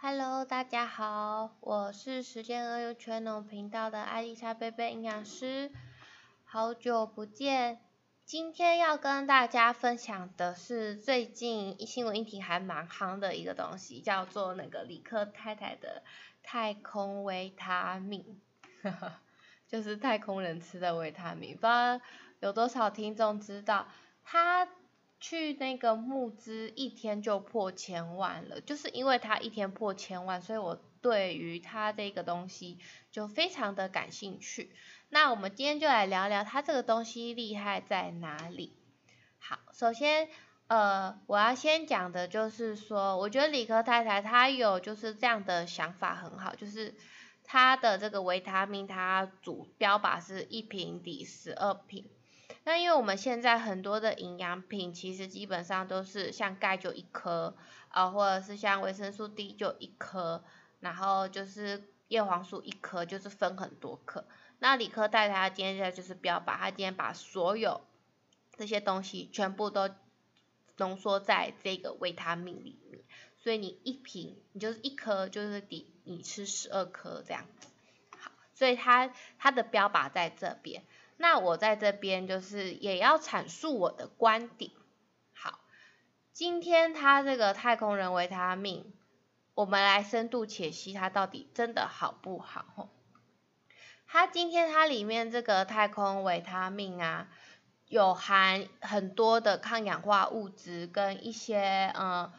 Hello，大家好，我是时间而又全农频道的艾丽莎贝贝营养师，好久不见。今天要跟大家分享的是最近新闻议题还蛮夯的一个东西，叫做那个理科太太的太空维他命，就是太空人吃的维他命，不知道有多少听众知道，他去那个募资一天就破千万了，就是因为他一天破千万，所以我对于他这个东西就非常的感兴趣。那我们今天就来聊聊他这个东西厉害在哪里。好，首先我要先讲的就是说，我觉得理科太太她有就是这样的想法很好，就是她的这个维他命，它主标靶是一瓶抵12瓶。那因为我们现在很多的营养品，其实基本上都是像钙就1颗，或者是像维生素 D 就1颗，然后就是叶黄素1颗，就是分很多颗。那理科太太她今天就是标靶，她今天把所有这些东西全部都浓缩在这个维他命里面，所以你一瓶你就是1颗，就是抵你吃12颗这样子。好，所以它的标靶在这边。那我在这边就是也要阐述我的观点。好，今天它这个太空人维他命，我们来深度解析它到底真的好不好。它今天它里面这个太空维他命啊，有含很多的抗氧化物质跟一些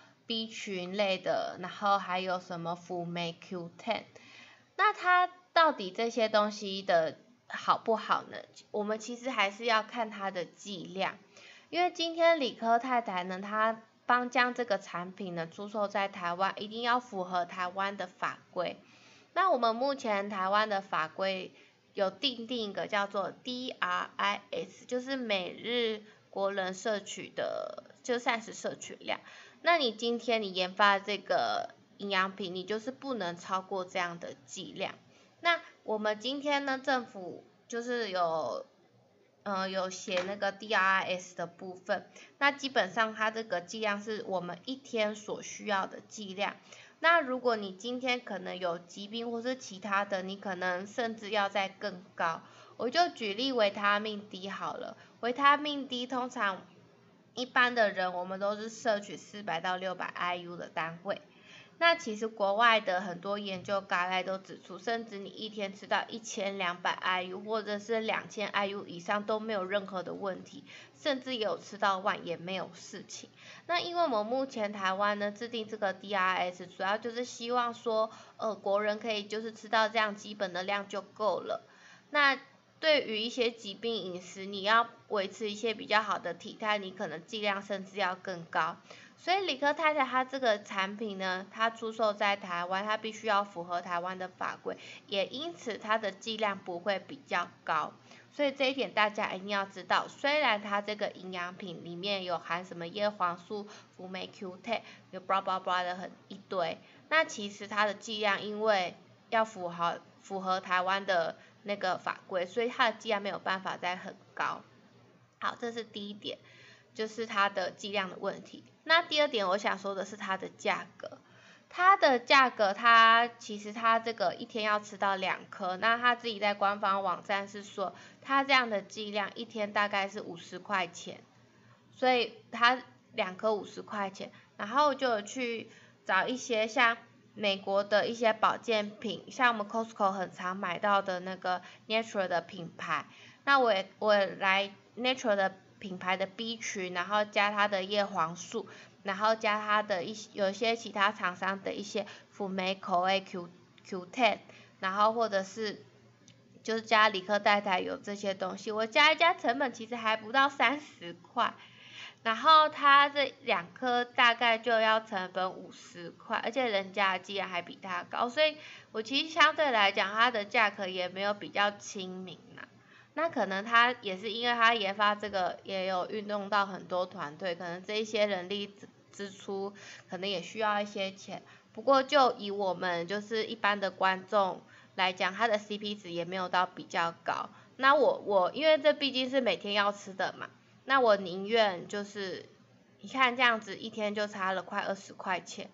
B 群类的，然后还有什么辅酶 Q10。那它到底这些东西的好不好呢？我们其实还是要看它的剂量，因为今天理科太太呢，她将这个产品呢出售在台湾，一定要符合台湾的法规。那我们目前台湾的法规有定一个叫做 DRIS， 就是每日国人摄取的就膳食摄取量。那你今天你研发这个营养品，你就是不能超过这样的剂量。那我们今天呢，政府就是有写那个 DRIS 的部分，那基本上它这个剂量是我们一天所需要的剂量。那如果你今天可能有疾病或是其他的，你可能甚至要再更高。我就举例维他命 D 好了，维他命 D 通常一般的人我们都是摄取400到600 IU 的单位。那其实国外的很多研究guideline都指出，甚至你一天吃到1200 IU 或者是2000 IU 以上都没有任何的问题，甚至也有吃到10000也没有事情。那因为我们目前台湾呢制定这个 DRIS， 主要就是希望说，国人可以就是吃到这样基本的量就够了。那对于一些疾病饮食，你要维持一些比较好的体态，你可能剂量甚至要更高。所以理科太太它这个产品呢，它出售在台湾，它必须要符合台湾的法规，也因此它的剂量不会比较高。所以这一点大家一定要知道，虽然它这个营养品里面有含什么叶黄素、辅酶 Q10， 有 blah blah blah 的很一堆，那其实它的剂量因为要符合台湾的那个法规，所以它的剂量没有办法再很高。好，这是第一点，就是它的剂量的问题。那第二点我想说的是它的价格。它的价格，其实它这个一天要吃到2颗，那它自己在官方网站是说，它这样的剂量一天大概是50块钱，所以它2颗50块钱，然后就有去找一些像美国的一些保健品，像我们 Costco 很常买到的那个 Natural 的品牌，那我来 Natural 的品牌的 B 群，然后加它的叶黄素，然后加它的有一些其他厂商的一些辅酶口味 Q10， 然后或者是就是加理科太太有这些东西，我加一加成本其实还不到30块。然后它这2颗大概就要成本50块，而且人家的剂量还比它高，所以我其实相对来讲，它的价格也没有比较亲民啦。那可能它也是因为它研发这个也有运动到很多团队，可能这一些人力支出可能也需要一些钱。不过就以我们就是一般的观众来讲，它的 CP 值也没有到比较高。那我因为这毕竟是每天要吃的嘛。那我宁愿就是，你看这样子一天就差了快20块钱，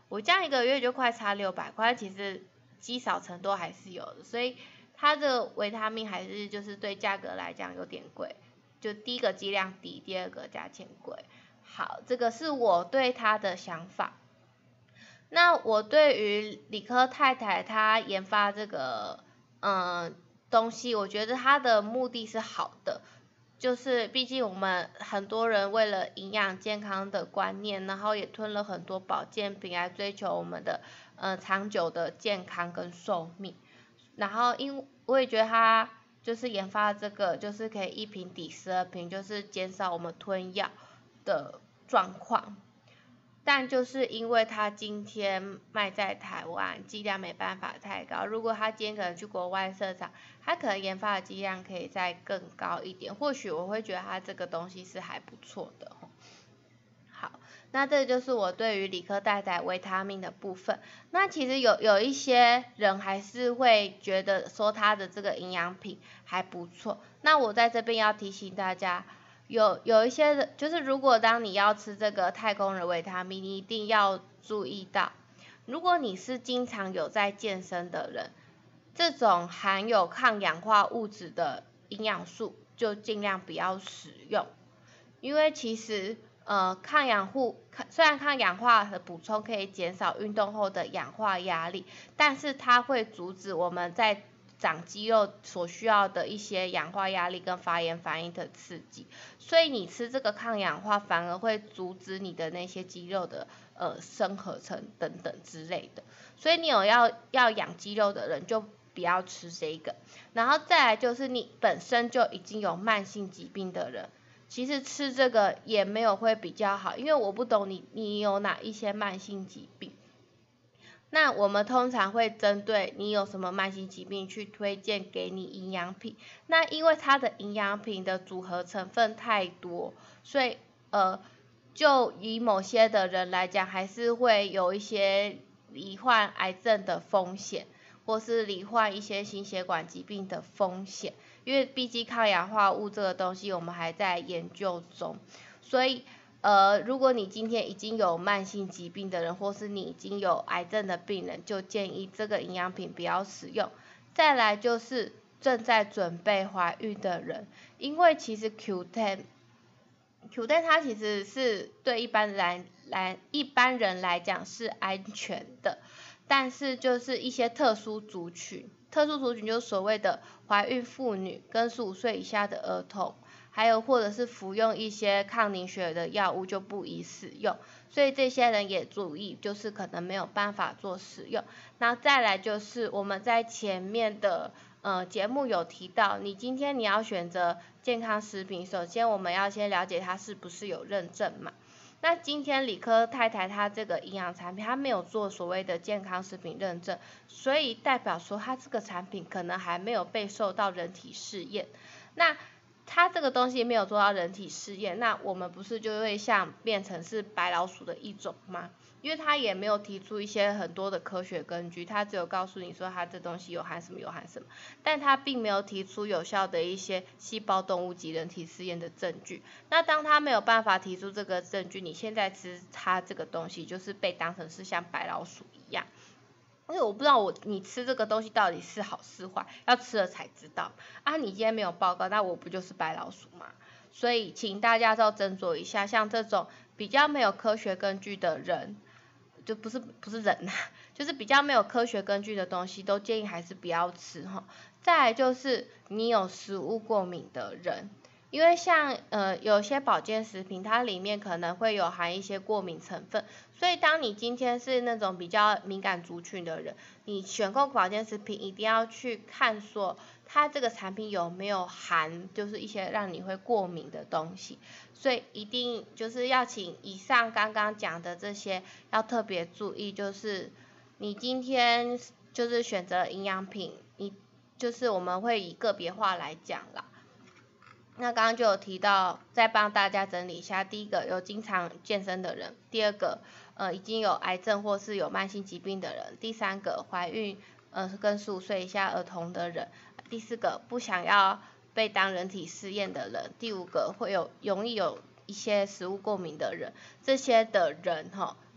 我这样一个月就快差600块，其实积少成多还是有的，所以它的维他命还是就是对价格来讲有点贵，就第一个剂量低，第二个价钱贵。好，这个是我对它的想法。那我对于理科太太她研发这个东西，我觉得她的目的是好的，就是毕竟我们很多人为了营养健康的观念，然后也吞了很多保健品来追求我们的长久的健康跟寿命。然后我也觉得他就是研发这个，就是可以1瓶抵12瓶，就是减少我们吞药的状况。但就是因为他今天卖在台湾，剂量没办法太高。如果他今天可能去国外设厂，他可能研发的剂量可以再更高一点。或许我会觉得他这个东西是还不错的。好，那这就是我对于理科太太维他命的部分。那其实有一些人还是会觉得说他的这个营养品还不错。那我在这边要提醒大家。有一些就是如果当你要吃这个太空人维他命，你一定要注意到，如果你是经常有在健身的人，这种含有抗氧化物质的营养素就尽量不要使用，因为其实虽然抗氧化的补充可以减少运动后的氧化压力，但是它会阻止我们在长肌肉所需要的一些氧化压力跟发炎反应的刺激，所以你吃这个抗氧化反而会阻止你的那些肌肉的生合成等等之类的，所以你有要养肌肉的人就不要吃这个。然后再来就是你本身就已经有慢性疾病的人，其实吃这个也没有会比较好，因为我不懂你有哪一些慢性疾病。那我们通常会针对你有什么慢性疾病去推荐给你营养品。那因为它的营养品的组合成分太多，所以就以某些的人来讲，还是会有一些罹患癌症的风险，或是罹患一些心血管疾病的风险。因为毕竟抗氧化物这个东西我们还在研究中，所以如果你今天已经有慢性疾病的人，或是你已经有癌症的病人，就建议这个营养品不要使用。再来就是正在准备怀孕的人，因为其实 Q10 它其实是对一般人来讲是安全的，但是就是一些特殊族群就是所谓的怀孕妇女跟15岁以下的儿童。还有或者是服用一些抗凝血的药物就不宜使用，所以这些人也注意，就是可能没有办法做使用。那再来就是我们在前面的节目有提到，你今天你要选择健康食品，首先我们要先了解它是不是有认证嘛。那今天理科太太她这个营养产品，她没有做所谓的健康食品认证，所以代表说它这个产品可能还没有被受到人体试验。那它这个东西没有做到人体试验，那我们不是就会变成是白老鼠的一种吗？因为它也没有提出一些很多的科学根据，它只有告诉你说它这东西有含什么，但它并没有提出有效的一些细胞动物及人体试验的证据。那当它没有办法提出这个证据，你现在吃它这个东西就是被当成是像白老鼠一样。因为我不知道你吃这个东西到底是好是坏，要吃了才知道啊。你今天没有报告，那我不就是白老鼠吗？所以请大家要斟酌一下，像这种比较没有科学根据的人，就不是人就是比较没有科学根据的东西，都建议还是不要吃哈。再来就是你有食物过敏的人。因为像有些保健食品，它里面可能会有含一些过敏成分，所以当你今天是那种比较敏感族群的人，你选购保健食品一定要去看说它这个产品有没有含就是一些让你会过敏的东西，所以一定就是要请以上刚刚讲的这些要特别注意，就是你今天就是选择营养品，就是我们会以个别化来讲啦。那刚刚就有提到，再帮大家整理一下，第一个有经常健身的人，第二个已经有癌症或是有慢性疾病的人，第三个怀孕跟15岁以下儿童的人，第四个不想要被当人体试验的人，第五个容易有一些食物过敏的人，这些的人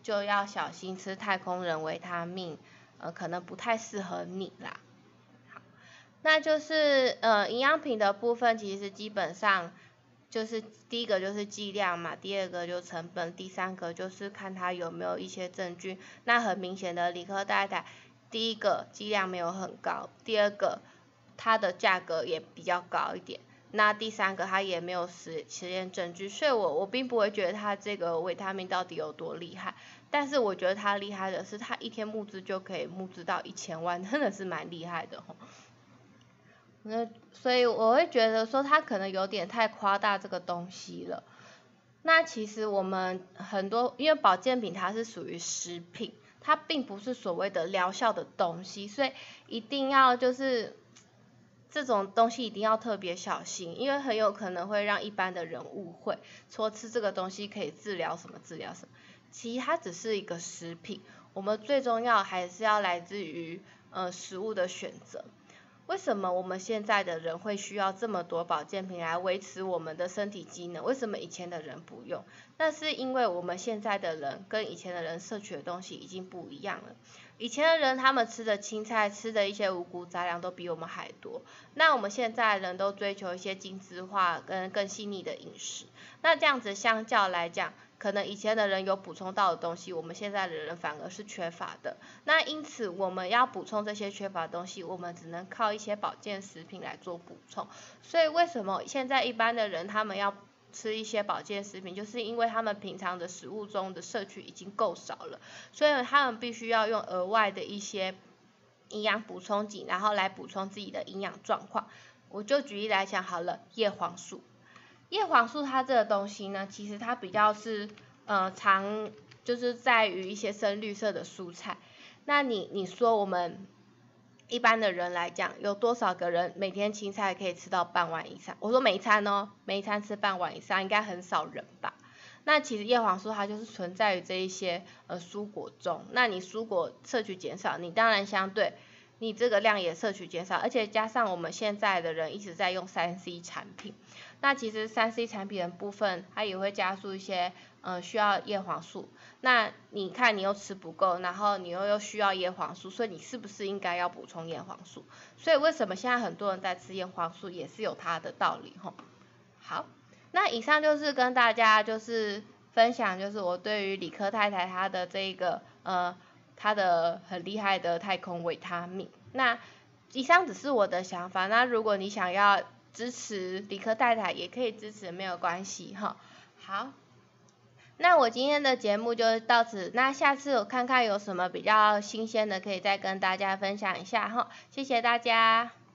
就要小心吃太空人维他命，可能不太适合你啦。好，那就是营养品的部分，其实基本上就是第一个就是剂量嘛，第二个就成本，第三个就是看它有没有一些证据。那很明显的理科太太，第一个剂量没有很高，第二个它的价格也比较高一点，那第三个它也没有实验证据，所以我并不会觉得它这个维他命到底有多厉害，但是我觉得它厉害的是它一天募资就可以募资到1000万，真的是蛮厉害的吼。所以我会觉得说它可能有点太夸大这个东西了。那其实我们很多，因为保健品它是属于食品，它并不是所谓的疗效的东西，所以一定要就是这种东西一定要特别小心，因为很有可能会让一般的人误会，说吃这个东西可以治疗什么治疗什么，其实它只是一个食品，我们最重要还是要来自于食物的选择。为什么我们现在的人会需要这么多保健品来维持我们的身体机能？为什么以前的人不用？那是因为我们现在的人跟以前的人摄取的东西已经不一样了。以前的人他们吃的青菜，吃的一些五谷杂粮都比我们还多。那我们现在的人都追求一些精致化跟更细腻的饮食。那这样子相较来讲，可能以前的人有补充到的东西，我们现在的人反而是缺乏的。那因此我们要补充这些缺乏的东西，我们只能靠一些保健食品来做补充。所以为什么现在一般的人他们要吃一些保健食品，就是因为他们平常的食物中的摄取已经够少了，所以他们必须要用额外的一些营养补充剂，然后来补充自己的营养状况。我就举例来讲好了，叶黄素。叶黄素它这个东西呢，其实它比较是常就是在于一些深绿色的蔬菜。那你说我们一般的人来讲，有多少个人每天青菜可以吃到半碗以上？我说每一餐哦，每一餐吃半碗以上，应该很少人吧？那其实叶黄素它就是存在于这一些蔬果中。那你蔬果摄取减少，你当然相对你这个量也摄取减少，而且加上我们现在的人一直在用3C 产品。那其实3C 产品的部分，它也会加速一些需要叶黄素。那你看你又吃不够，然后你又需要叶黄素，所以你是不是应该要补充叶黄素？所以为什么现在很多人在吃叶黄素，也是有它的道理吼。好，那以上就是跟大家就是分享，就是我对于理科太太她的这个她的很厉害的太空维他命。那以上只是我的想法，那如果你想要支持理科太太也可以支持，没有关系哈。好，那我今天的节目就到此，那下次我看看有什么比较新鲜的，可以再跟大家分享一下哈。谢谢大家。